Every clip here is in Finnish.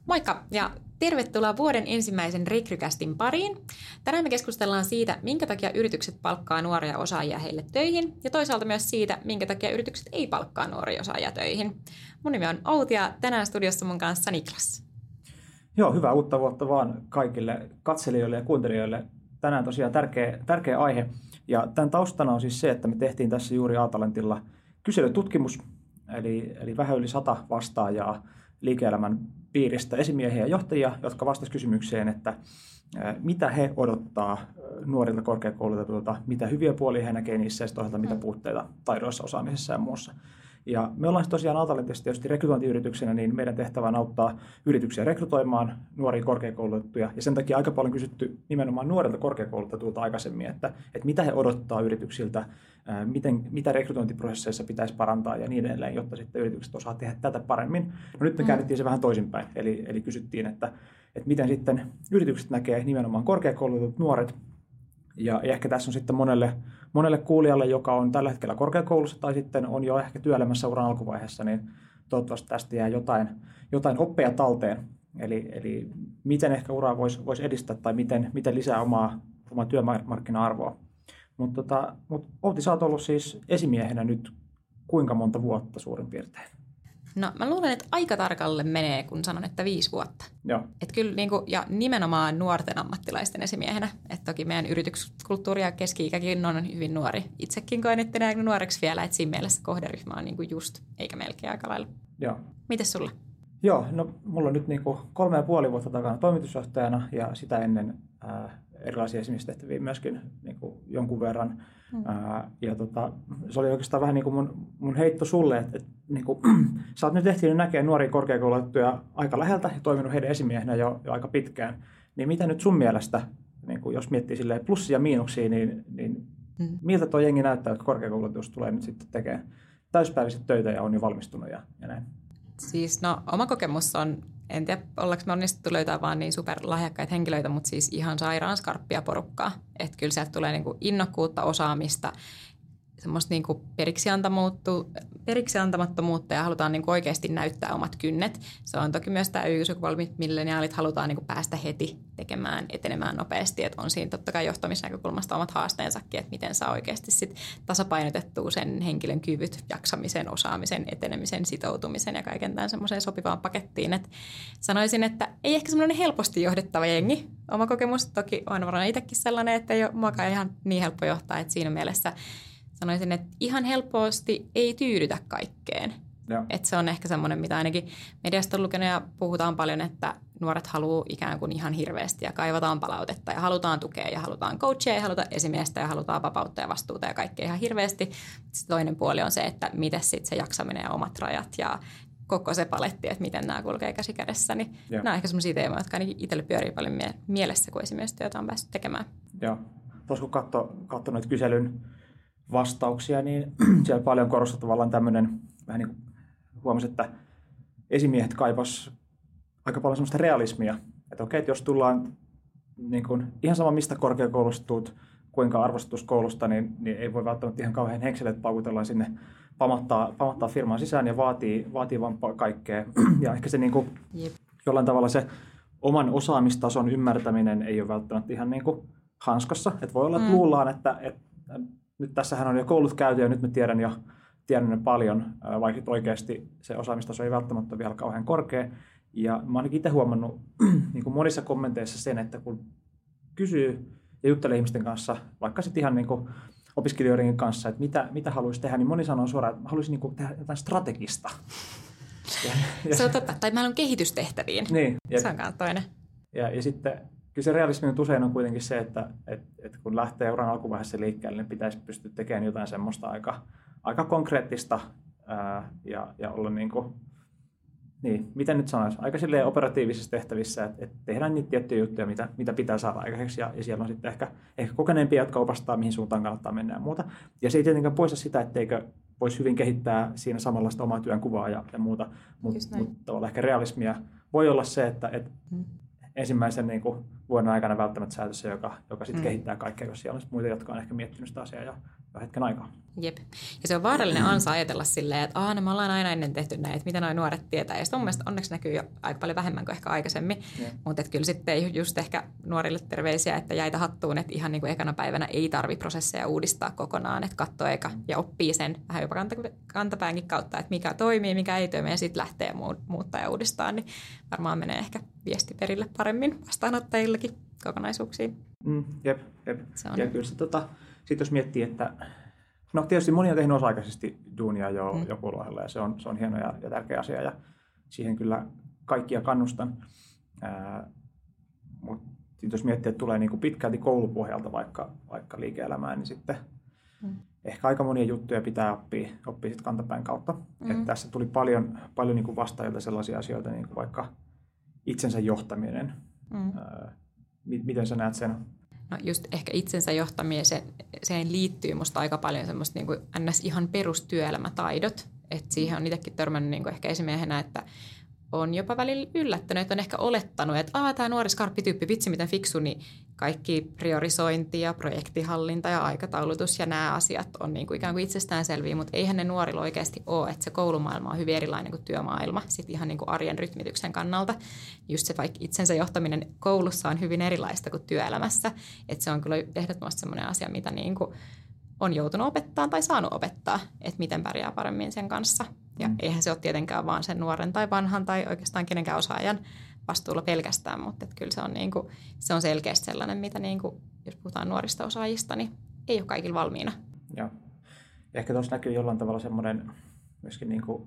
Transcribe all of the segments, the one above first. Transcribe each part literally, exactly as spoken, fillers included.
Moikka ja tervetuloa vuoden ensimmäisen Rekrycastin pariin. Tänään me keskustellaan siitä, minkä takia yritykset palkkaa nuoria osaajia heille töihin ja toisaalta myös siitä, minkä takia yritykset ei palkkaa nuoria osaajia töihin. Mun nimi on Outi ja tänään studiossa mun kanssa Niklas. Joo, hyvää uutta vuotta vaan kaikille katselijoille ja kuuntelijoille. Tänään tosiaan tärkeä, tärkeä aihe. Ja tämän taustana on siis se, että me tehtiin tässä juuri A-Talentilla kyselytutkimus, eli, eli vähän yli sata vastaajaa liike-elämän piiristä esimiehiä ja johtajia, jotka vastasivat kysymykseen, että mitä he odottaa nuorilta korkeakoulutetuilta, mitä hyviä puolia he näkevät niissä ja toisaalta mitä puutteita taidoissa, osaamisessa ja muussa. Ja me ollaan tosiaan A-Talentissa tietysti rekrytointiyrityksenä, niin meidän tehtävä on auttaa yrityksiä rekrytoimaan nuoria korkeakoulutettuja. Ja sen takia aika paljon kysytty nimenomaan nuorilta korkeakoulutetuilta aikaisemmin, että, että mitä he odottaa yrityksiltä, miten, mitä rekrytointiprosesseissa pitäisi parantaa ja niin edelleen, jotta sitten yritykset osaa tehdä tätä paremmin. No nyt me käännettiin se vähän toisinpäin, eli, eli kysyttiin, että, että miten sitten yritykset näkee nimenomaan korkeakoulutetut nuoret. Ja ehkä tässä on sitten monelle, monelle kuulijalle, joka on tällä hetkellä korkeakoulussa tai sitten on jo ehkä työelämässä uran alkuvaiheessa, niin toivottavasti tästä jää jotain, jotain oppeja talteen. Eli, eli miten ehkä uraa voisi vois edistää tai miten, miten lisää omaa, omaa työmarkkina-arvoa. Mutta tota, mut Outi, sä oot ollut siis esimiehenä nyt kuinka monta vuotta suurin piirtein? No mä luulen, että aika tarkalle menee, kun sanon, että viisi vuotta. Joo. Et kyllä niin kuin, ja nimenomaan nuorten ammattilaisten esimiehenä. Et toki meidän yrityskulttuuri ja keski-ikäkin on hyvin nuori. Itsekin koen itseäni nuoreksi vielä, että siinä mielessä kohderyhmä on niin kuin just, eikä melkein aika lailla. Joo. Mites sulla? Joo, no mulla on nyt niin kuin kolme ja puoli vuotta takana toimitusjohtajana ja sitä ennen ää, erilaisia esimiestehtäviä myöskin niin kuin jonkun verran. Mm. Ää, ja tota, se oli oikeastaan vähän niin kuin mun, mun heitto sulle, että, että niin kuin, sä oot nyt ehtinyt näkemään nuoria korkeakoulutettuja aika läheltä ja toiminut heidän esimiehenä jo, jo aika pitkään. Niin mitä nyt sun mielestä, niin kuin jos miettii silleen plussia ja miinuksia, niin, niin mm. miltä tuo jengi näyttää, että korkeakoulutus tulee nyt sitten tekemään täyspäiväiset töitä ja on jo valmistunut ja, ja näin? Siis no oma kokemus on, en tiedä ollaanko me onnistuttu löytää vaan niin superlahjakkaita henkilöitä, mutta siis ihan sairaan skarppia porukkaa. Että kyllä sieltä tulee niinku innokkuutta, osaamista, semmoista niinku periksiantamattomuutta ja halutaan niinku oikeasti näyttää omat kynnet. Se on toki myös tämä Y-sukupolvi, milleniaalit halutaan niinku päästä heti tekemään, etenemään nopeasti. Että on siinä totta kai johtamisnäkökulmasta omat haasteensakin, että miten saa oikeasti sit tasapainotettua sen henkilön kyvyt, jaksamisen, osaamisen, etenemisen, sitoutumisen ja kaiken tämän semmoiseen sopivaan pakettiin. Et sanoisin, että ei ehkä semmoinen helposti johdettava jengi. Oma kokemus toki on varmaan itsekin sellainen, että ei ole muakaan ihan niin helppo johtaa, että siinä mielessä sanoisin, että ihan helposti ei tyydytä kaikkeen. Että se on ehkä semmoinen, mitä ainakin mediasta on lukenut ja puhutaan paljon, että nuoret haluaa ikään kuin ihan hirveästi ja kaivataan palautetta ja halutaan tukea ja halutaan coachia ja halutaan esimiestä ja halutaan vapautta ja vastuuta ja kaikkea ihan hirveästi. Sitten toinen puoli on se, että miten sitten se jaksaminen ja omat rajat ja koko se paletti, että miten nämä kulkee käsi kädessä. Niin nämä on ehkä semmoisia teemoja, jotka ainakin itselle pyörii paljon mie- mielessä, kun esimiestyötä on päässyt tekemään. Joo. Tuossa kun katso, katso noita kyselyn vastauksia, niin siellä paljon korostaa tavallaan tämmöinen, vähän niin kuin huomasin, että esimiehet kaipas aika paljon semmoista realismia. Että okei, että jos tullaan niin kuin, ihan sama mistä korkeakoulusta tuut, kuinka arvostetusta koulusta, niin, niin ei voi välttämättä ihan kauhean henkselet paukutellaan sinne pamattaa, pamattaa firmaan sisään ja vaatii, vaatii vaan kaikkea. Ja ehkä se niin kuin, jollain tavalla se oman osaamistason ymmärtäminen ei ole välttämättä ihan niin kuin hanskassa. Että voi olla, että mm. luullaan, että, että nyt tässähän on jo koulut käyty ja nyt mä tiedän jo tiedän ne paljon, vaikka oikeasti se osaamistaso ei välttämättä ole vielä kauhean korkea. Ja mä oon ainakin itse huomannut niin kuin monissa kommenteissa sen, että kun kysyy ja juttelee ihmisten kanssa, vaikka sitten ihan niin kuin opiskelijoiden kanssa, että mitä, mitä haluaisi tehdä, niin moni sanoo suoraan, että mä haluaisin niin kuin tehdä jotain strategista. Ja, ja, se on totta, tai meillä on kehitystehtäviin. Niin, ja, se on myös toinen. Ja, ja sitten kyllä se realismi on usein on kuitenkin se, että, että, että kun lähtee uran alkuvaiheessa liikkeelle, niin pitäisi pystyä tekemään jotain semmoista aika, aika konkreettista ää, ja, ja olla niin kuin, niin, miten nyt sanoisi, aika silleen operatiivisissa tehtävissä, että, että tehdään niitä tiettyjä juttuja, mitä, mitä pitää saada aikaiseksi ja, ja siellä on sitten ehkä, ehkä kokeneempia, jotka opastaa, mihin suuntaan kannattaa mennä ja muuta. Ja se ei tietenkään poista sitä, etteikö voisi hyvin kehittää siinä samanlaista omaa työnkuvaa ja, ja muuta, mutta mut tavallaan ehkä realismia voi olla se, että et, hmm. ensimmäisen niin kuin, vuoden aikana välttämättä säätössä, joka, joka sitten mm. kehittää kaikkea, koska siellä on muita, jotka on ehkä miettinyt sitä asiaa jo, jo hetken aikaa. Jep. Ja se on vaarallinen ansa ajatella silleen, että aah, no me ollaan aina ennen tehty näin, että mitä nuo nuoret tietää. Ja sitten mun mielestä onneksi näkyy jo aika paljon vähemmän kuin ehkä aikaisemmin. Mutta kyllä sitten just ehkä nuorille terveisiä, että jäitä hattuun, että ihan niin kuin ekana päivänä ei tarvitse prosesseja uudistaa kokonaan, että katsoo eka ja oppii sen vähän jopa kantapäänkin kautta, että mikä toimii, mikä ei toimi ja sitten lähtee muuttaa ja uudistaa, niin varmaan menee ehkä viesti perille paremmin vastaanottajillakin kokonaisuuksiin. Mm, jep, jep. Ja kyllä se, tota, sit jos miettii, että no tietysti moni on tehnyt osa-aikaisesti duunia jo, mm. jo kouluohjella ja se on, se on hieno ja, ja tärkeä asia ja siihen kyllä kaikkia kannustan. Ää, mutta jos miettii, että tulee niinku pitkälti koulupohjalta vaikka, vaikka liike-elämään, niin sitten mm. ehkä aika monia juttuja pitää oppia, oppia sit kantapään kautta. Mm. Et tässä tuli paljon, paljon niinku vastaajilta sellaisia asioita, niin kuin vaikka itsensä johtaminen. Mm. Ää, miten sä näet sen? No just ehkä itsensä johtamiseen siihen liittyy musta aika paljon semmoista niin kuin ns. Ihan perustyöelämätaidot. Että siihen on itsekin törmännyt niin kuin ehkä esimiehenä, että on jopa välillä yllättänyt, että on ehkä olettanut, että aah, tämä nuori skarppityyppi, vitsi miten fiksu, niin kaikki priorisointi ja projektihallinta ja aikataulutus ja nämä asiat on niin kuin ikään kuin itsestäänselviä, mutta eihän ne nuorilla oikeasti ole, että se koulumaailma on hyvin erilainen kuin työmaailma, sitten ihan niin kuin arjen rytmityksen kannalta. Just se vaikka itsensä johtaminen koulussa on hyvin erilaista kuin työelämässä, että se on kyllä ehdottomasti sellainen asia, mitä niin kuin on joutunut opettaa tai saanut opettaa, että miten pärjää paremmin sen kanssa. Ja mm. eihän se ole tietenkään vaan sen nuoren tai vanhan tai oikeastaan kenenkään osaajan vastuulla pelkästään, mutta että kyllä se on, niin kuin, se on selkeästi sellainen, mitä niin kuin, jos puhutaan nuorista osaajista, niin ei ole kaikilla valmiina. Joo. Ja ehkä tuossa näkyy jollain tavalla semmoinen myöskin niin kuin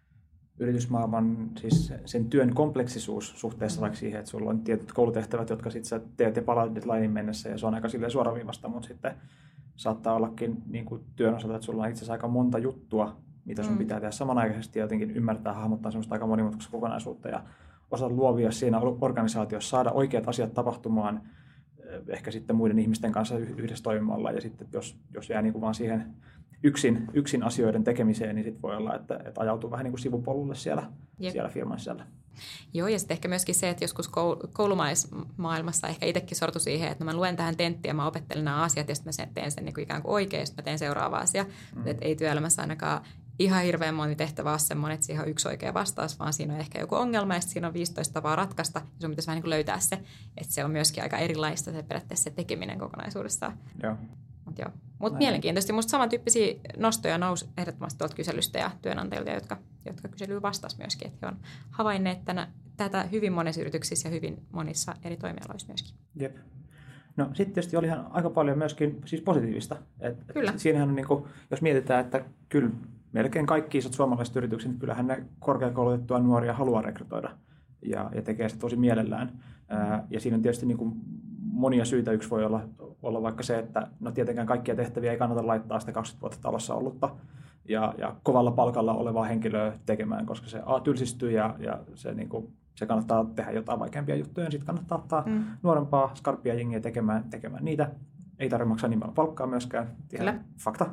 yritysmaailman, siis sen työn kompleksisuus suhteessa mm. vaikka siihen, että sulla on tietyt koulutehtävät, jotka sitten sä teet ja palaat deadlinein mennessä ja se on aika silleen suoraviivasta, mutta sitten saattaa ollakin niin kuin työn osalta, että sulla on itse asiassa aika monta juttua, mitä sun mm. pitää tehdä samanaikaisesti ja jotenkin ymmärtää, hahmottaa semmoista aika monimutkaista kokonaisuutta ja osata luovia siinä organisaatiossa, saada oikeat asiat tapahtumaan ehkä sitten muiden ihmisten kanssa yhdessä toimimalla ja sitten jos, jos jää niin kuin vaan siihen yksin, yksin asioiden tekemiseen, niin sitten voi olla, että, että ajautuu vähän niin kuin sivupolulle siellä, siellä firman sisällä. Joo, ja sitten ehkä myöskin se, että joskus koulumaailmassa ehkä itsekin sortui siihen, että no mä luen tähän tenttiin ja mä opettelen nämä asiat ja sitten mä teen sen niin kuin ikään kuin oikein ja sitten mä teen seuraava asia. Mm. Että ei työelämässä ainakaan ihan hirveän moni tehtävä ole semmoinen, että siihen on yksi oikea vastaus, vaan siinä on ehkä joku ongelma ja siinä on viisitoista tapaa ratkaista ja sun pitäisi vähän niin kuin löytää se, että se on myöskin aika erilaista se periaatteessa se tekeminen kokonaisuudessaan. Joo. Mutta joo. Mut mielenkiintoisesti. Musta samantyyppisiä nostoja nousi ehdottomasti tuolta kyselystä ja työnantajilta, jotka, jotka kyselyyn vastasi myöskin. Että he on havainneet tänä, tätä hyvin monissa yrityksissä ja hyvin monissa eri toimialoissa myöskin. Jep. No sitten tietysti oli ihan aika paljon myöskin siis positiivista. Et, kyllä. Et siinähän on niin kuin, jos mietitään, että kyllä melkein kaikki isot suomalaiset yritykset, niin kyllähän ne korkeakoulutettua nuoria haluaa rekrytoida ja, ja tekee sitä tosi mielellään. Ää, ja siinä on tietysti niin kuin monia syitä. Yksi voi olla, olla vaikka se, että no tietenkään kaikkia tehtäviä ei kannata laittaa sitä kaksikymmentä vuotta talossa ollutta ja, ja kovalla palkalla olevaa henkilöä tekemään, koska se A tylsistyy ja, ja se, niin kuin, se kannattaa tehdä jotain vaikeampia juttuja ja sitten kannattaa ottaa mm. nuorempaa, skarppia jengiä tekemään, tekemään niitä. Ei tarvitse maksaa niin paljon palkkaa myöskään, ihan fakta.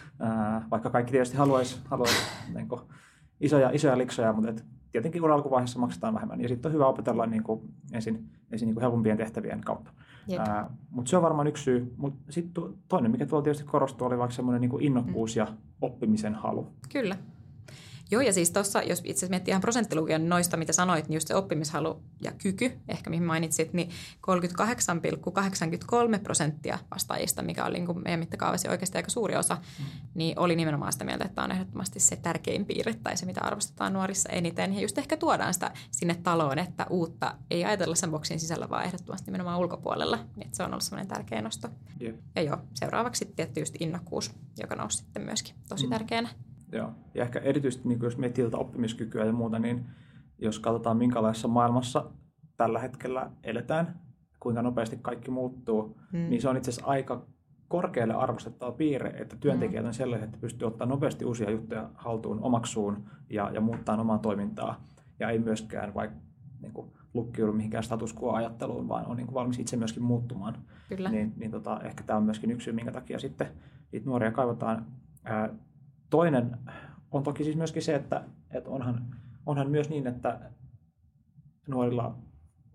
Ää, vaikka kaikki tietysti haluaisi, haluaisi niin kuin isoja, isoja liksoja, mutta et tietenkin ura alkuvaiheessa maksetaan vähemmän. Ja sitten on hyvä opetella niin kuin ensin, ensin niin kuin helpompien tehtävien kautta. Mutta se on varmaan yksi syy. Mutta sitten toinen, mikä tuolla tietysti korostuu, oli vaikka semmoinen niin kuin innokkuus mm. ja oppimisen halu. Kyllä. Joo, ja siis tuossa, jos itse asiassa miettii ihan prosenttilukuja noista, mitä sanoit, niin just se oppimishalu ja kyky, ehkä mihin mainitsit, niin kolmekymmentäkahdeksan pilkku kahdeksankymmentäkolme prosenttia vastaajista, mikä oli niin kuin meidän mittakaavassa oikeasti aika suuri osa, mm. niin oli nimenomaan sitä mieltä, että tämä on ehdottomasti se tärkein piirre tai se, mitä arvostetaan nuorissa eniten. Ja just ehkä tuodaan sitä sinne taloon, että uutta ei ajatella sen boksin sisällä, vaan ehdottomasti nimenomaan ulkopuolella. Että se on ollut semmoinen tärkeä nosto. Yeah. Ja joo, seuraavaksi tietty just innokkuus, joka nousi sitten myöskin tosi mm. tärkeänä. Joo, ja ehkä erityisesti niin jos miettii tätä oppimiskykyä ja muuta, niin jos katsotaan minkälaisessa maailmassa tällä hetkellä eletään, kuinka nopeasti kaikki muuttuu, mm. niin se on itse asiassa aika korkealle arvostettava piirre, että työntekijät on sellaisia, että pystyy ottaa nopeasti uusia juttuja haltuun, omaksuun ja, ja muuttaa omaa toimintaa. Ja ei myöskään vaikka niin kuin lukkiudu mihinkään status quo-ajatteluun, vaan on niin kuin valmis itse myöskin muuttumaan. Kyllä. Niin, niin tota, ehkä tämä on myöskin yksi syy, minkä takia sitten niitä nuoria kaivataan. Ää, Toinen on toki siis myöskin se, että, että onhan, onhan myös niin, että nuorilla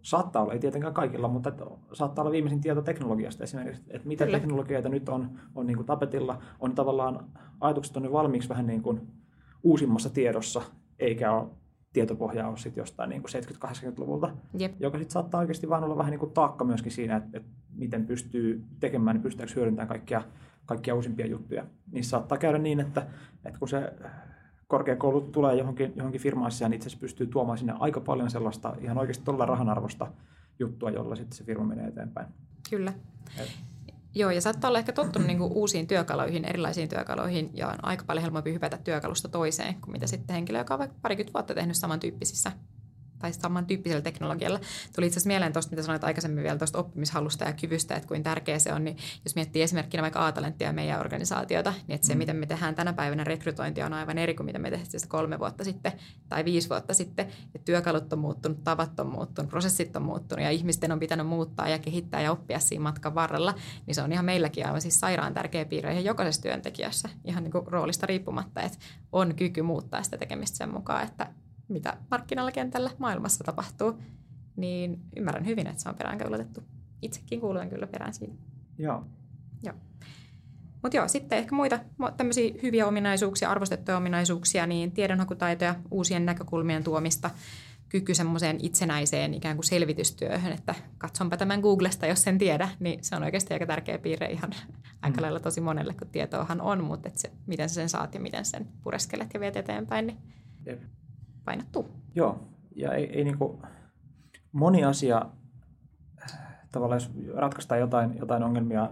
saattaa olla, ei tietenkään kaikilla, mutta että saattaa olla viimeisin tieto teknologiasta esimerkiksi, että mitä Kyllä. teknologioita nyt on, on niin kuin tapetilla, on tavallaan ajatukset on jo valmiiksi vähän niin kuin uusimmassa tiedossa, eikä ole tietopohjaa ole sitten jostain niin kuin seitsemänkymmentä-kahdeksankymmentäluvulta, Jep. joka sitten saattaa oikeasti vaan olla vähän niin kuin taakka myöskin siinä, että, että miten pystyy tekemään, niin pystytäänkö hyödyntämään kaikkia, kaikkia uusimpia juttuja. Niissä saattaa käydä niin, että, että kun se korkeakoulu tulee johonkin, johonkin firmaan sisään, niin itse asiassa pystyy tuomaan sinne aika paljon sellaista ihan oikeasti todella rahanarvosta juttua, jolla sitten se firma menee eteenpäin. Kyllä. Et. Joo, ja saattaa olla ehkä tottunut niin kuin uusiin työkaluihin, erilaisiin työkaluihin, ja on aika paljon helpompi hypätä työkalusta toiseen, kuin mitä sitten henkilö, joka on vaikka parikymmentä vuotta tehnyt samantyyppisissä tai samantyyppisellä teknologialla. Tuli itse asiassa mieleen tuosta, mitä sanoit aikaisemmin vielä tuosta oppimishalusta ja kyvystä, että kuinka tärkeä se on, niin jos miettii esimerkkinä vaikka A-talenttia meidän organisaatiota, niin että se, mm. miten me tehdään tänä päivänä rekrytointia on aivan eri kuin mitä me tehtiin sitä kolme vuotta sitten tai viisi vuotta sitten. Ja työkalut on muuttunut, tavat on muuttunut, prosessit on muuttunut ja ihmisten on pitänyt muuttaa ja kehittää ja oppia siinä matkan varrella, niin se on ihan meilläkin aivan siis sairaan tärkeä piirre ihan jokaisessa työntekijässä, ihan niin kuin roolista riippumatta, että on kyky muuttaa sitä tekemistä sen mukaan, että mitä markkinalla kentällä maailmassa tapahtuu, niin ymmärrän hyvin, että se on peräänkuulutettu. Itsekin kuuluen kyllä perään siinä. Joo. Joo. Mutta joo, sitten ehkä muita tämmöisiä hyviä ominaisuuksia, arvostettuja ominaisuuksia, niin tiedonhakutaitoja, uusien näkökulmien tuomista, kyky semmoiseen itsenäiseen ikään kuin selvitystyöhön, että katsonpa tämän Googlesta, jos sen tiedä, niin se on oikeasti aika tärkeä piirre ihan aika lailla tosi monelle, kun tietoahan on, mutta et se, miten sä sen saat ja miten sen pureskelet ja viet eteenpäin, niin Jep. painottuu. Joo, ja ei, ei niin kuin moni asia, tavallaan jos ratkaistaan jotain, jotain ongelmia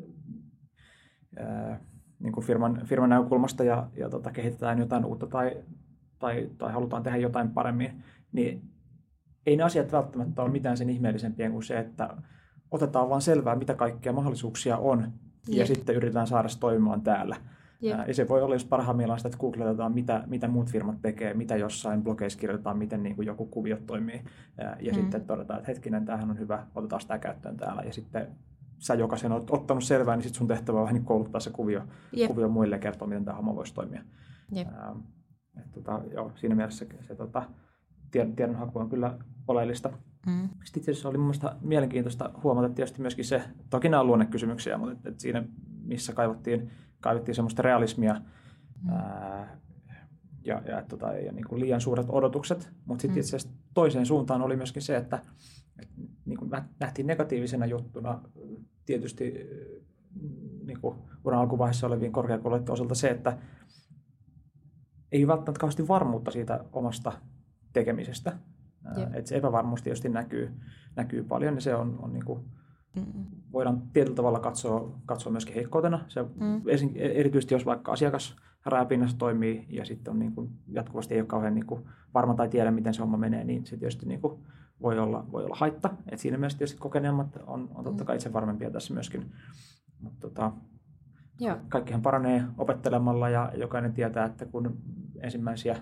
ää, niin kuin firman, firman näkökulmasta ja, ja tota, kehitetään jotain uutta tai, tai, tai halutaan tehdä jotain paremmin, niin ei ne asiat välttämättä ole mitään sen ihmeellisempiä kuin se, että otetaan vaan selvää, mitä kaikkia mahdollisuuksia on, Jep. ja sitten yritetään saada se toimimaan täällä. Jep. Ja se voi olla just parhaimmillaan sitä, että googletetaan, mitä, mitä muut firmat tekee, mitä jossain blogeissa kirjoitetaan, miten niin kuin joku kuvio toimii. Ja, ja mm. sitten todetaan, että hetkinen, tämähän on hyvä, otetaan sitä käyttöön täällä. Ja sitten sä jokaisen olet ottanut selvää, niin sitten sun tehtävä on vähän niin kouluttaa se kuvio, kuvio muille ja kertoa, miten tämä homma voisi toimia. Ähm, et, tota, joo, siinä mielessä se, se tota, tiedonhaku on kyllä oleellista. Mm. Sitten itse asiassa oli mun mielestä mielenkiintoista huomata tietysti myöskin se, toki nämä on luonnekysymyksiä, mutta et, et siinä missä kaivattiin, kaivattiin semmoista realismia mm. ää, ja, ja, tota, ja niin kuin liian suuret odotukset, mutta sitten mm. itse asiassa toiseen suuntaan oli myöskin se, että et, niin kuin nähtiin negatiivisena juttuna tietysti niin kuin uran alkuvaiheessa olevien korkeakoulujen osalta se, että ei välttämättä kauheasti varmuutta siitä omasta tekemisestä. Yep. Että se epävarmuus tietysti näkyy, näkyy paljon ja se on, on niin kuin, mm. voidaan tietyllä tavalla katsoa, katsoa myöskin heikkoutena. Se, mm. erityisesti jos vaikka asiakas rajapinnassa toimii ja sitten on niin kuin, jatkuvasti ei ole kauhean niin kuin, varma tai tiedä, miten se homma menee, niin se tietysti niin kuin, voi, olla, voi olla haitta. Et siinä mielessä tietysti kokeneemmat on, on totta kai itse varmempia tässä myöskin. Mut, tota, Joo. Kaikkihan paranee opettelemalla ja jokainen tietää, että kun ensimmäisiä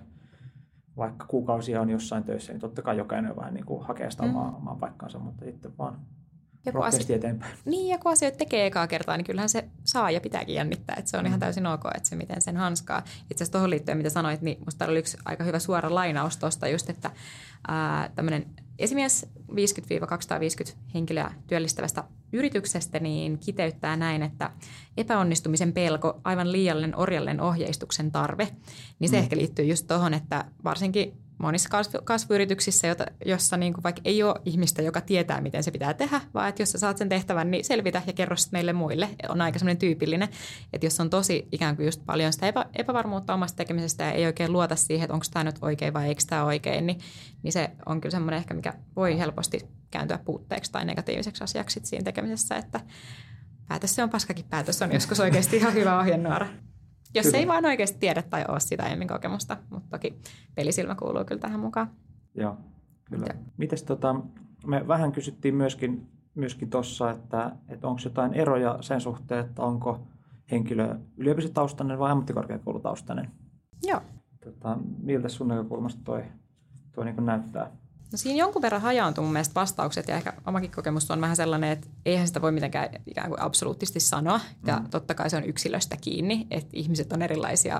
vaikka kuukausia on jossain töissä, niin totta kai jokainen vähän niin kuin hakee sitä mm. omaa, omaa paikkaansa, mutta sitten vaan rohkeasti eteenpäin. Niin, ja kun asioita tekee ekaa kertaa, niin kyllähän se saa ja pitääkin jännittää, että se on mm. ihan täysin ok, että se miten sen hanskaa. Itse asiassa tuohon liittyen, mitä sanoit, niin musta oli yksi aika hyvä suora lainaus tuosta just, että ää, tämmöinen esimies viisikymmentä kaksisataaviisikymmentä henkilöä työllistävästä yrityksestä niin kiteyttää näin, että epäonnistumisen pelko, aivan liiallinen orjallinen ohjeistuksen tarve, niin se mm. ehkä liittyy just tuohon, että varsinkin monissa kasvu- kasvuyrityksissä, jota, jossa niin kuin vaikka ei ole ihmistä, joka tietää, miten se pitää tehdä, vaan että jos sä saat sen tehtävän, niin selvitä ja kerro sitten meille muille. On aika semmoinen tyypillinen, että jos on tosi ikään kuin just paljon sitä epä, epävarmuutta omasta tekemisestä ja ei oikein luota siihen, että onko tämä nyt oikein vai eikö tämä oikein, niin, niin se on kyllä semmoinen ehkä, mikä voi helposti kääntyä puutteeksi tai negatiiviseksi asiaksi siinä tekemisessä, että päätös se on paskakin päätös, on joskus oikeasti ihan hyvä ohjenuora. Jos kyllä. ei vaan oikeasti tiedä tai ole sitä aiemmin kokemusta, mutta toki pelisilmä kuuluu kyllä tähän mukaan. Joo, kyllä. Ja. Mites tota, me vähän kysyttiin myöskin, myöskin tuossa, että, että onko jotain eroja sen suhteen, että onko henkilö yliopistotaustainen vai ammattikorkeakoulutaustainen? Joo. Tota, miltä sun näkökulmasta toi, toi niin kuin näyttää? No siinä jonkun verran hajaantuu mun mielestä vastaukset ja ehkä omakin kokemus on vähän sellainen, että eihän sitä voi mitenkään ikään kuin absoluuttisesti sanoa. Ja mm. totta kai se on yksilöstä kiinni, että ihmiset on erilaisia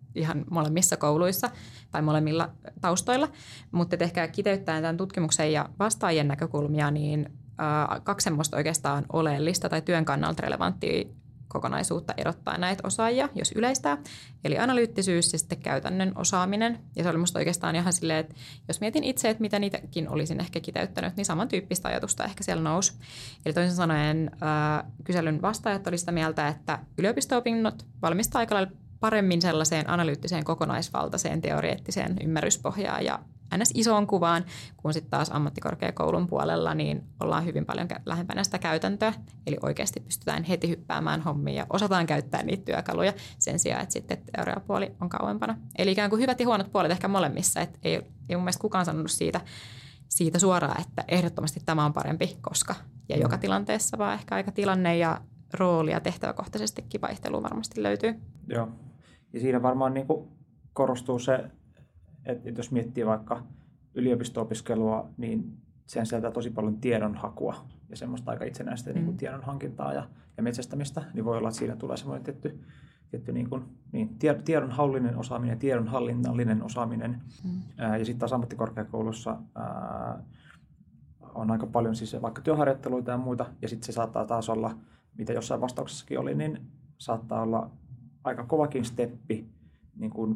ihan molemmissa kouluissa tai molemmilla taustoilla. Mutta ehkä kiteyttäen tämän tutkimuksen ja vastaajien näkökulmia, niin äh, kaksi semmoista oikeastaan oleellista tai työn kannalta relevanttia kokonaisuutta erottaa näitä osaajia, jos yleistää. Eli analyyttisyys ja sitten käytännön osaaminen. Ja se oli musta oikeastaan ihan silleen, että jos mietin itse, että mitä niitäkin olisin ehkä kiteyttänyt, niin samantyyppistä ajatusta ehkä siellä nousi. Eli toisin sanoen äh, kyselyn vastaajat oli sitä mieltä, että yliopisto-opinnot valmistaa aika lailla paremmin sellaiseen analyyttiseen kokonaisvaltaiseen teoreettiseen ymmärryspohjaan ja ns. Isoon kuvaan, kun sitten taas ammattikorkeakoulun puolella niin ollaan hyvin paljon lähempänä sitä käytäntöä. Eli oikeasti pystytään heti hyppäämään hommiin ja osataan käyttää niitä työkaluja sen sijaan, että sitten teoriapuoli on kauempana. Eli ikään kuin hyvät ja huonot puolet ehkä molemmissa. Et ei, ei mun mielestä kukaan sanonut siitä, siitä suoraan, että ehdottomasti tämä on parempi, koska ja joka tilanteessa, vaan ehkä aika tilanne ja rooli ja tehtäväkohtaisestikin vaihtelua varmasti löytyy. Joo. Ja siinä varmaan niin kuin korostuu se, että jos miettii vaikka yliopisto-opiskelua, niin sen sieltä tosi paljon tiedonhakua ja semmoista aika itsenäistä mm. niin kuin tiedonhankintaa ja, ja metsästämistä, niin voi olla, että siinä tulee semmoinen tietty, tietty niin kuin, niin, tiedonhallinen osaaminen ja tiedonhallinnallinen osaaminen. Mm. Ää, ja sitten taas ammattikorkeakoulussa ää, on aika paljon siis vaikka työharjoitteluita ja muita, ja sitten se saattaa taas olla, mitä jossain vastauksessakin oli, niin saattaa olla aika kovakin steppi niin kuin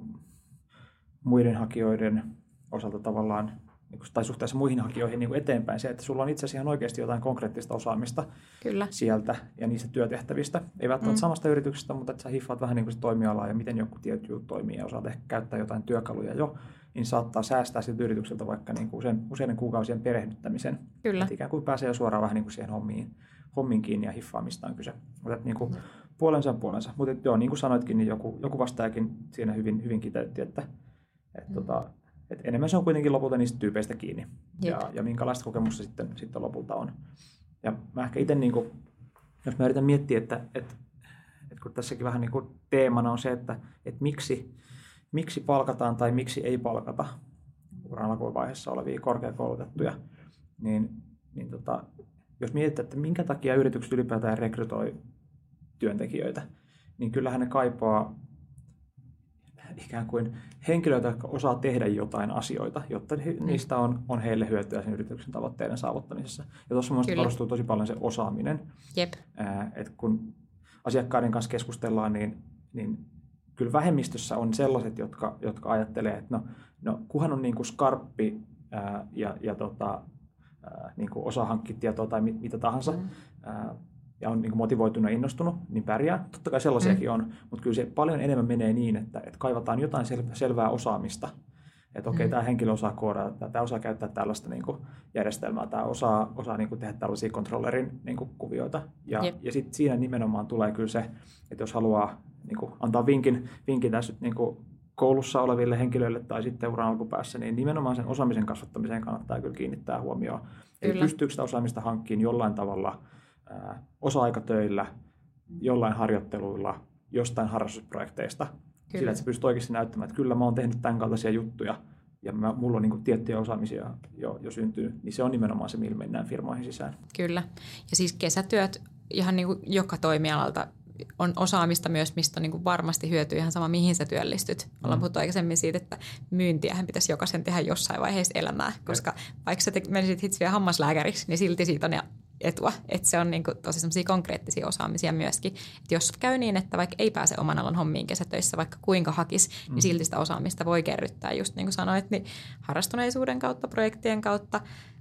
muiden hakijoiden osalta tavallaan, tai suhteessa muihin hakijoihin niin kuin eteenpäin se, että sulla on itse asiassa ihan oikeasti jotain konkreettista osaamista Kyllä. sieltä ja niistä työtehtävistä. Ei välttämättä mm. samasta yrityksestä, mutta että sä hiffaat vähän niin kuin se toimialaa ja miten joku tietty juttu toimii ja osaat ehkä käyttää jotain työkaluja jo, niin saattaa säästää siltä yritykseltä vaikka niin kuin usein, useiden kuukausien perehdyttämisen. Kyllä. Että ikään kuin pääsee jo suoraan vähän niin kuin siihen hommiin, hommiin kiinni ja hiffaamista on kyse. Mutta niin kuin puolensa ja puolensa. Mutta joo, niin kuin sanoitkin, niin joku, joku vastaajakin siinä hyvin, hyvin kiteytti, että Et mm. tota, et enemmän se on kuitenkin lopulta niistä tyypeistä kiinni ja, ja minkälaista kokemusta sitten, sitten lopulta on. Ja mä ehkä itse, niin kuin, jos mä yritän miettiä, että, että, että kun tässäkin vähän niin kuin teemana on se, että, että miksi, miksi palkataan tai miksi ei palkata uran alkuvaiheessa olevia korkeakoulutettuja, niin, niin tota, jos mietitään, että minkä takia yritykset ylipäätään rekrytoi työntekijöitä, niin kyllähän ne kaipaa ikään kuin henkilöitä, jotka osaa tehdä jotain asioita, jotta mm. niistä on, on heille hyötyä sen yrityksen tavoitteiden saavuttamisessa. Ja tuossa mielestäni korostuu tosi paljon se osaaminen. Jep. Ää, että kun asiakkaiden kanssa keskustellaan, niin, niin kyllä vähemmistössä on sellaiset, jotka, jotka ajattelee, että no, no kunhan on niin kuin skarppi ää, ja, ja tota, ää, niin kuin osaa hankkia tietoa tai mit, mitä tahansa, mm. ää, ja on niin kuin motivoitunut ja innostunut, niin pärjää. Totta kai sellaisiakin mm. on, mutta kyllä se paljon enemmän menee niin, että, että kaivataan jotain sel- selvää osaamista. Että okei, okay, mm. tämä henkilö osaa koodata, tämä osaa käyttää tällaista niin kuin järjestelmää, tämä osaa, osaa niin kuin tehdä tällaisia controllerin niin kuin kuvioita. Ja, ja sitten siinä nimenomaan tulee kyllä se, että jos haluaa niin kuin antaa vinkin, vinkin tässä niin kuin koulussa oleville henkilöille tai sitten uran alkupäässä, niin nimenomaan sen osaamisen kasvattamiseen kannattaa kyllä kiinnittää huomioon. Eli pystyykö sitä osaamista hankkimaan jollain tavalla ää, osa-aikatöillä, jollain harjoitteluilla, jostain harrastusprojekteista, kyllä. Sillä että sä pystyt oikeasti näyttämään, että kyllä mä oon tehnyt tämän kaltaisia juttuja ja mä, mulla on niin kuin tiettyjä osaamisia jo, jo syntynyt, niin se on nimenomaan se, millä mennään firmoihin sisään. Kyllä. Ja siis kesätyöt ihan niin kuin joka toimialalta on osaamista myös, mistä on niin kuin varmasti hyötyy ihan sama, mihin sä työllistyt. Mm. Ollaan puhuttu aikaisemmin siitä, että myyntiähän pitäisi jokaisen tehdä jossain vaiheessa elämää, koska ja. vaikka sä te- menisit hitsi vielä hammaslääkäriksi, niin silti siitä on etua. Että se on niin kuin tosi semmoisia konkreettisia osaamisia myöskin. Että jos käy niin, että vaikka ei pääse oman alan hommiin kesätöissä, vaikka kuinka hakisi, mm. niin silti sitä osaamista voi kerryttää. Just niin kuin sanoit, niin harrastuneisuuden kautta, projektien kautta,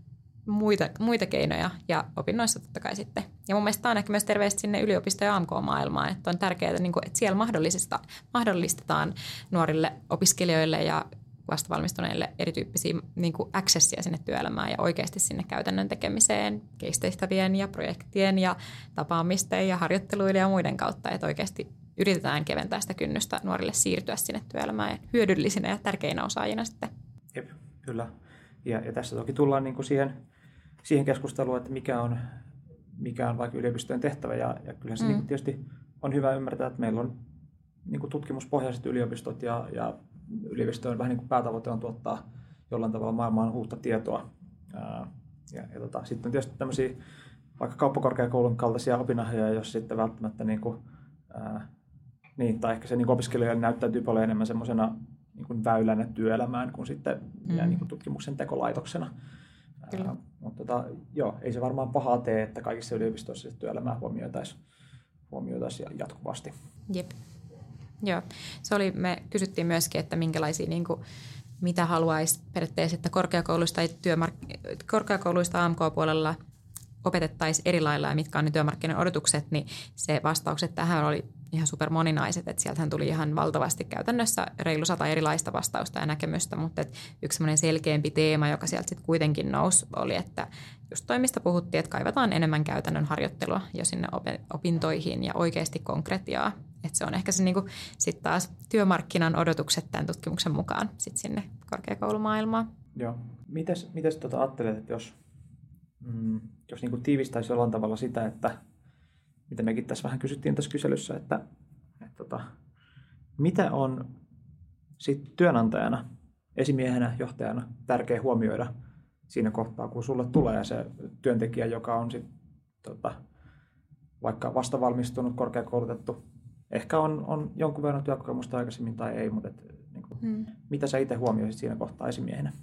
Muita, muita keinoja ja opinnoissa totta kai sitten. Ja mun mielestä tämä on ehkä myös terveistä sinne yliopisto- ja A M K-maailmaan, että on tärkeää, että siellä mahdollistetaan nuorille opiskelijoille ja vastavalmistuneille erityyppisiä niin kuin accessia sinne työelämään ja oikeasti sinne käytännön tekemiseen, case-tehtävien ja projektien ja tapaamisten ja harjoitteluiden ja muiden kautta, että oikeasti yritetään keventää sitä kynnystä nuorille siirtyä sinne työelämään ja hyödyllisinä ja tärkeinä osaajina sitten. Jep, kyllä. Ja, ja tässä toki tullaan niin kuin siihen, siihen keskusteluun, että mikä on, mikä on vaikka yliopistojen tehtävä. Ja, ja kyllähän se mm. niin kuin tietysti on hyvä ymmärtää, että meillä on niin kuin tutkimuspohjaiset yliopistot ja, ja yliopistojen vähän niin kuin päätavoite on tuottaa jollain tavalla maailmaan uutta tietoa. Ää, ja, ja tota, sitten on tietysti tämmöisiä vaikka kauppakorkeakoulun kaltaisia opinahjoja, jos sitten välttämättä niin kuin, ää, Niin, tai ehkä se niin opiskelijoille näyttäytyy paljon enemmän semmoisena niin väylänä työelämään kuin sitten mm. ja, niin tutkimuksen tekolaitoksena. Ää, mutta tota, joo, ei se varmaan pahaa tee, että kaikissa yliopistoissa työelämää huomioitaisiin huomioitaisiin jatkuvasti. Jep. Joo, se oli, me kysyttiin myöskin, että minkälaisia, niin kuin, mitä haluaisi periaatteessa, että korkeakouluista, työmark- korkeakouluista A M K-puolella opetettaisiin eri lailla ja mitkä on ne työmarkkinoiden odotukset, niin se vastaukset tähän oli ihan super moninaiset, että sieltähän tuli ihan valtavasti käytännössä reilu sata erilaista vastausta ja näkemystä, mutta et yksi semmoinen selkeämpi teema, joka sieltä sitten kuitenkin nousi, oli, että just toimista puhuttiin, että kaivataan enemmän käytännön harjoittelua jo sinne opintoihin ja oikeasti konkretiaa, että se on ehkä se niinku sitten taas työmarkkinan odotukset tämän tutkimuksen mukaan sitten sinne korkeakoulumaailmaan. Joo. Mites, mites tota ajattelet, että jos, mm, jos niinku tiivistäisi jollain tavalla sitä, että mitä mekin tässä vähän kysyttiin tässä kyselyssä, että, että tota, mitä on sit työnantajana, esimiehenä, johtajana tärkeä huomioida siinä kohtaa, kun sulle tulee se työntekijä, joka on sit, tota, vaikka vasta valmistunut, korkeakoulutettu, ehkä on, on jonkun verran työkokemusta aikaisemmin tai ei, mutta et, niin kuin, hmm. mitä sä itse huomioisit siinä kohtaa esimiehenä?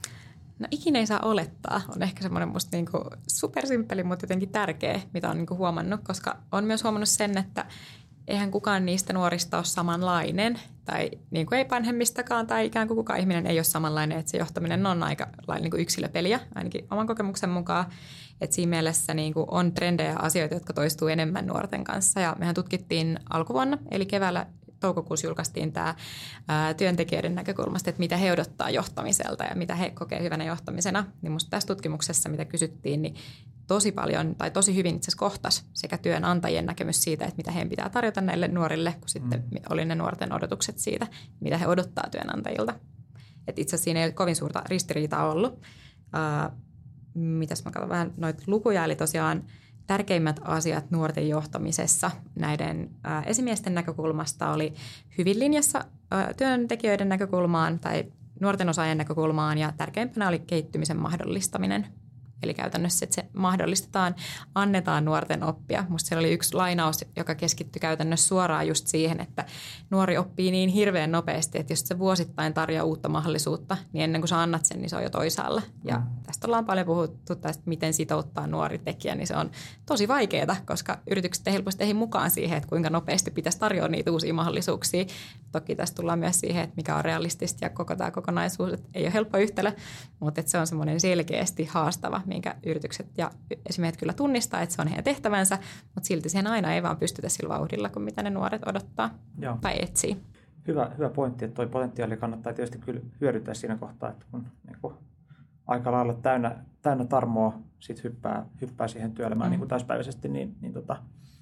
No ikinä ei saa olettaa, on ehkä semmoinen musta niinku supersimppeli, mutta jotenkin tärkeä, mitä on niinku huomannut, koska on myös huomannut sen, että eihän kukaan niistä nuorista ole samanlainen, tai niin kuin ei vanhemmistakaan, tai ikään kuin kukaan ihminen ei ole samanlainen, että se johtaminen on aika lailla niin kuin yksilöpeliä, ainakin oman kokemuksen mukaan, että siinä mielessä niin kuin on trendejä ja asioita, jotka toistuu enemmän nuorten kanssa, ja mehän tutkittiin alkuvuonna, eli keväällä toukokuussa julkaistiin tämä ää, työntekijöiden näkökulmasta, että mitä he odottaa johtamiselta ja mitä he kokee hyvänä johtamisena. Niin musta tässä tutkimuksessa, mitä kysyttiin, niin tosi paljon tai tosi hyvin itse asiassa kohtasi sekä työnantajien näkemys siitä, että mitä heidän pitää tarjota näille nuorille, kun sitten mm. oli ne nuorten odotukset siitä, mitä he odottaa työnantajilta. Et itse asiassa siinä ei ole kovin suurta ristiriitaa ollut. Ää, mitäs mä katson vähän noita lukuja, eli tosiaan tärkeimmät asiat nuorten johtamisessa näiden ää, esimiesten näkökulmasta oli hyvin linjassa ää, työntekijöiden näkökulmaan tai nuorten osaajien näkökulmaan, ja tärkeimpänä oli kehittymisen mahdollistaminen. Eli käytännössä, että se mahdollistetaan, annetaan nuorten oppia. Musta siellä oli yksi lainaus, joka keskittyi käytännössä suoraan just siihen, että nuori oppii niin hirveän nopeasti, että jos se vuosittain tarjoaa uutta mahdollisuutta, niin ennen kuin sä annat sen, niin se on jo toisaalla. Ja mm. tästä ollaan paljon puhuttu tästä, miten sitouttaa nuori tekijä, niin se on tosi vaikeaa, koska yritykset ei helposti ehdi mukaan siihen, että kuinka nopeasti pitäisi tarjoa niitä uusia mahdollisuuksia. Toki tästä tullaan myös siihen, että mikä on realistista ja koko tämä kokonaisuus, että ei ole helppo yhtälö, mutta että se on semmoinen selkeästi haastava, minkä yritykset ja esimiehet kyllä tunnistaa, että se on heidän tehtävänsä, mutta silti siihen aina ei vaan pystytä sillä vauhdilla, kuin mitä ne nuoret odottaa Joo. tai etsii. Hyvä, hyvä pointti, että tuo potentiaali kannattaa tietysti kyllä hyödyntää siinä kohtaa, että kun niin kuin aika lailla täynnä, täynnä tarmoa sit hyppää, hyppää siihen työelämään mm. niin kuin täyspäiväisesti, niin, niin tota,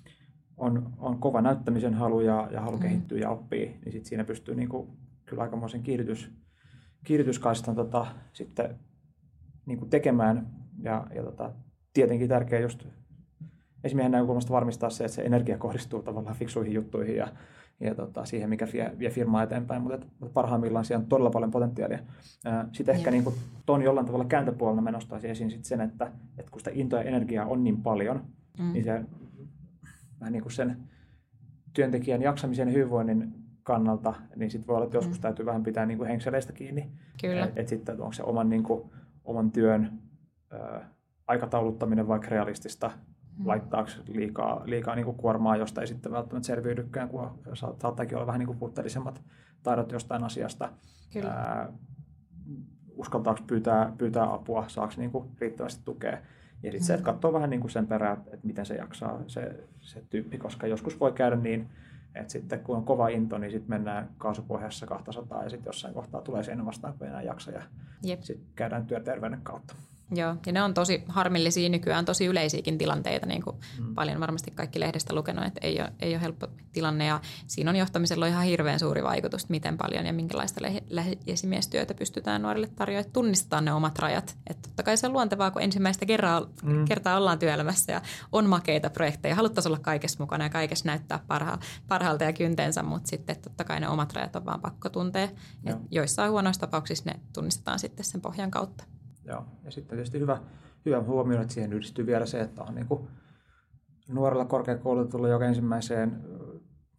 on, on kova näyttämisen halu ja, ja halu mm. kehittyä ja oppia, niin sit siinä pystyy niin kuin, kyllä aikamoisen kiihdytys, kiihdytyskaistan tota, sitten niin kuin tekemään. Ja, ja tota, tietenkin tärkeää just esimiehen näkökulmasta varmistaa se, että se energia kohdistuu tavallaan fiksuihin juttuihin ja, ja tota, siihen, mikä vie, vie firmaa eteenpäin, mutta, mutta parhaimmillaan siellä on todella paljon potentiaalia. Sitten ehkä niin kuin ton jollain tavalla kääntöpuolella mä nostaisin esiin sit sen, että, että kun sitä intoa ja energiaa on niin paljon, mm. niin se vähän niin kuin sen työntekijän jaksamisen ja hyvinvoinnin kannalta, niin sitten voi olla, että joskus mm. täytyy vähän pitää niin kuin henkseleistä kiinni. Kyllä. Että et sitten onko se oman, niin kuin, oman työn Ää, aikatauluttaminen vaikka realistista, mm. laittaako liikaa, liikaa niin kuin kuormaa, josta ei sitten välttämättä selviydykään, kun saattaakin olla vähän niin kuin puutteellisemmat taidot jostain asiasta. Ää, uskaltaako pyytää, pyytää apua, saako niin kuin riittävästi tukea. Ja sitten mm. se, että katsoo vähän niin kuin sen perään, että miten se jaksaa se, se tyyppi, koska joskus voi käydä niin, että sitten kun on kova into, niin sitten mennään kaasupohjassa kaksisataa ja sitten jossain kohtaa tulee seinä vastaan, kun ei enää jaksa ja sitten käydään työterveyden kautta. Joo, ja ne on tosi harmillisia nykyään, tosi yleisiäkin tilanteita, niin kuin mm. paljon varmasti kaikki lehdestä lukenut, että ei ole, ei ole helppo tilanne, ja siinä on johtamisella ihan hirveän suuri vaikutus, miten paljon ja minkälaista esimiestyötä pystytään nuorille tarjoamaan, tunnistetaan ne omat rajat. Että totta kai se on luontevaa, kun ensimmäistä kertaa, mm. kertaa ollaan työelämässä ja on makeita projekteja, haluttaisiin olla kaikessa mukana ja kaikessa näyttää parha, parhaalta ja kynteensä, mutta sitten totta kai ne omat rajat on vaan pakko tuntea. Joissain huonoissa tapauksissa ne tunnistetaan sitten sen pohjan kautta. Joo. Ja sitten tietysti hyvä, hyvä huomioida, että siihen yhdistyy vielä se, että on niin kuin nuorella korkeakoulutetulla joka ensimmäiseen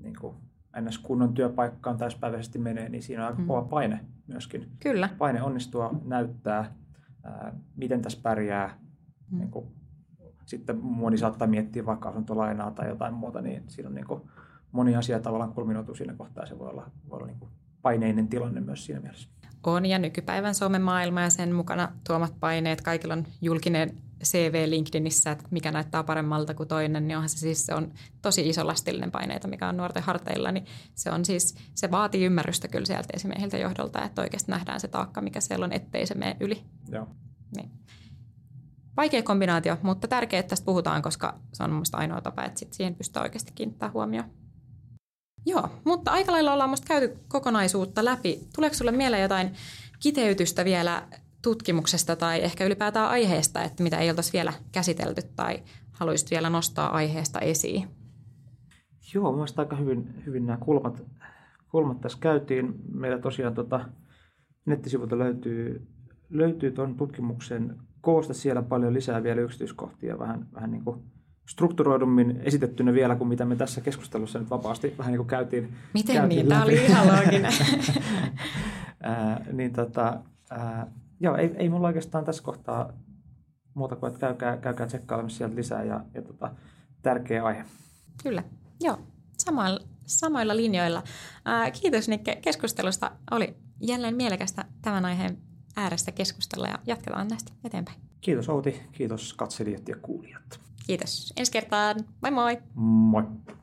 niin kuin ns. Kunnon työpaikkaan täyspäiväisesti menee, niin siinä on aika mm. kova paine myöskin. Kyllä. Paine onnistua, näyttää, ää, miten tässä pärjää. Mm. Niin kuin, sitten moni saattaa miettiä vaikka asuntolainaa tai jotain muuta, niin siinä on niin kuin moni asia tavallaan kulminoituu siinä kohtaa. Se voi olla, voi olla niin kuin paineinen tilanne myös siinä mielessä. On, ja nykypäivän somemaailma ja sen mukana tuomat paineet. Kaikilla on julkinen C V LinkedInissä, että mikä näyttää paremmalta kuin toinen, niin onhan se siis se on tosi iso lastillinen paineita, mikä on nuorten harteilla. Niin se, on siis, se vaatii ymmärrystä kyllä sieltä esimiehiltä johdolta, että oikeasti nähdään se taakka, mikä siellä on, ettei se mene yli. Joo. Niin. Vaikea kombinaatio, mutta tärkeää, että tästä puhutaan, koska se on mielestäni ainoa tapa, että sit siihen pystyy oikeasti kiinnittämään huomioon. Joo, mutta aika lailla ollaan musta käyty kokonaisuutta läpi. Tuleeko sulle mieleen jotain kiteytystä vielä tutkimuksesta tai ehkä ylipäätään aiheesta, että mitä ei oltaisi vielä käsitelty tai haluaisit vielä nostaa aiheesta esiin? Joo, mielestäni aika hyvin, hyvin nämä kulmat, kulmat tässä käytiin. Meillä tosiaan tota, nettisivuilta löytyy, löytyy tuon tutkimuksen koosta siellä paljon lisää vielä yksityiskohtia, vähän, vähän niin kuin strukturoidummin esitettynä vielä kuin mitä me tässä keskustelussa nyt vapaasti vähän niin kuin käytiin. Miten käytiin niin? Tämä oli ihan looginen. ää, niin tota, ää, joo, ei, ei mulla oikeastaan tässä kohtaa muuta kuin, että käykää, käykää tsekkailemassa sieltä lisää ja, ja tota, tärkeä aihe. Kyllä, joo. Samoilla, samoilla linjoilla. Ää, kiitos Nikke keskustelusta. Oli jälleen mielekästä tämän aiheen ääressä keskustella ja jatketaan näistä eteenpäin. Kiitos Outi, kiitos katselijat ja kuulijat. Kiitos. Ensi kertaan. Moi moi. Moi.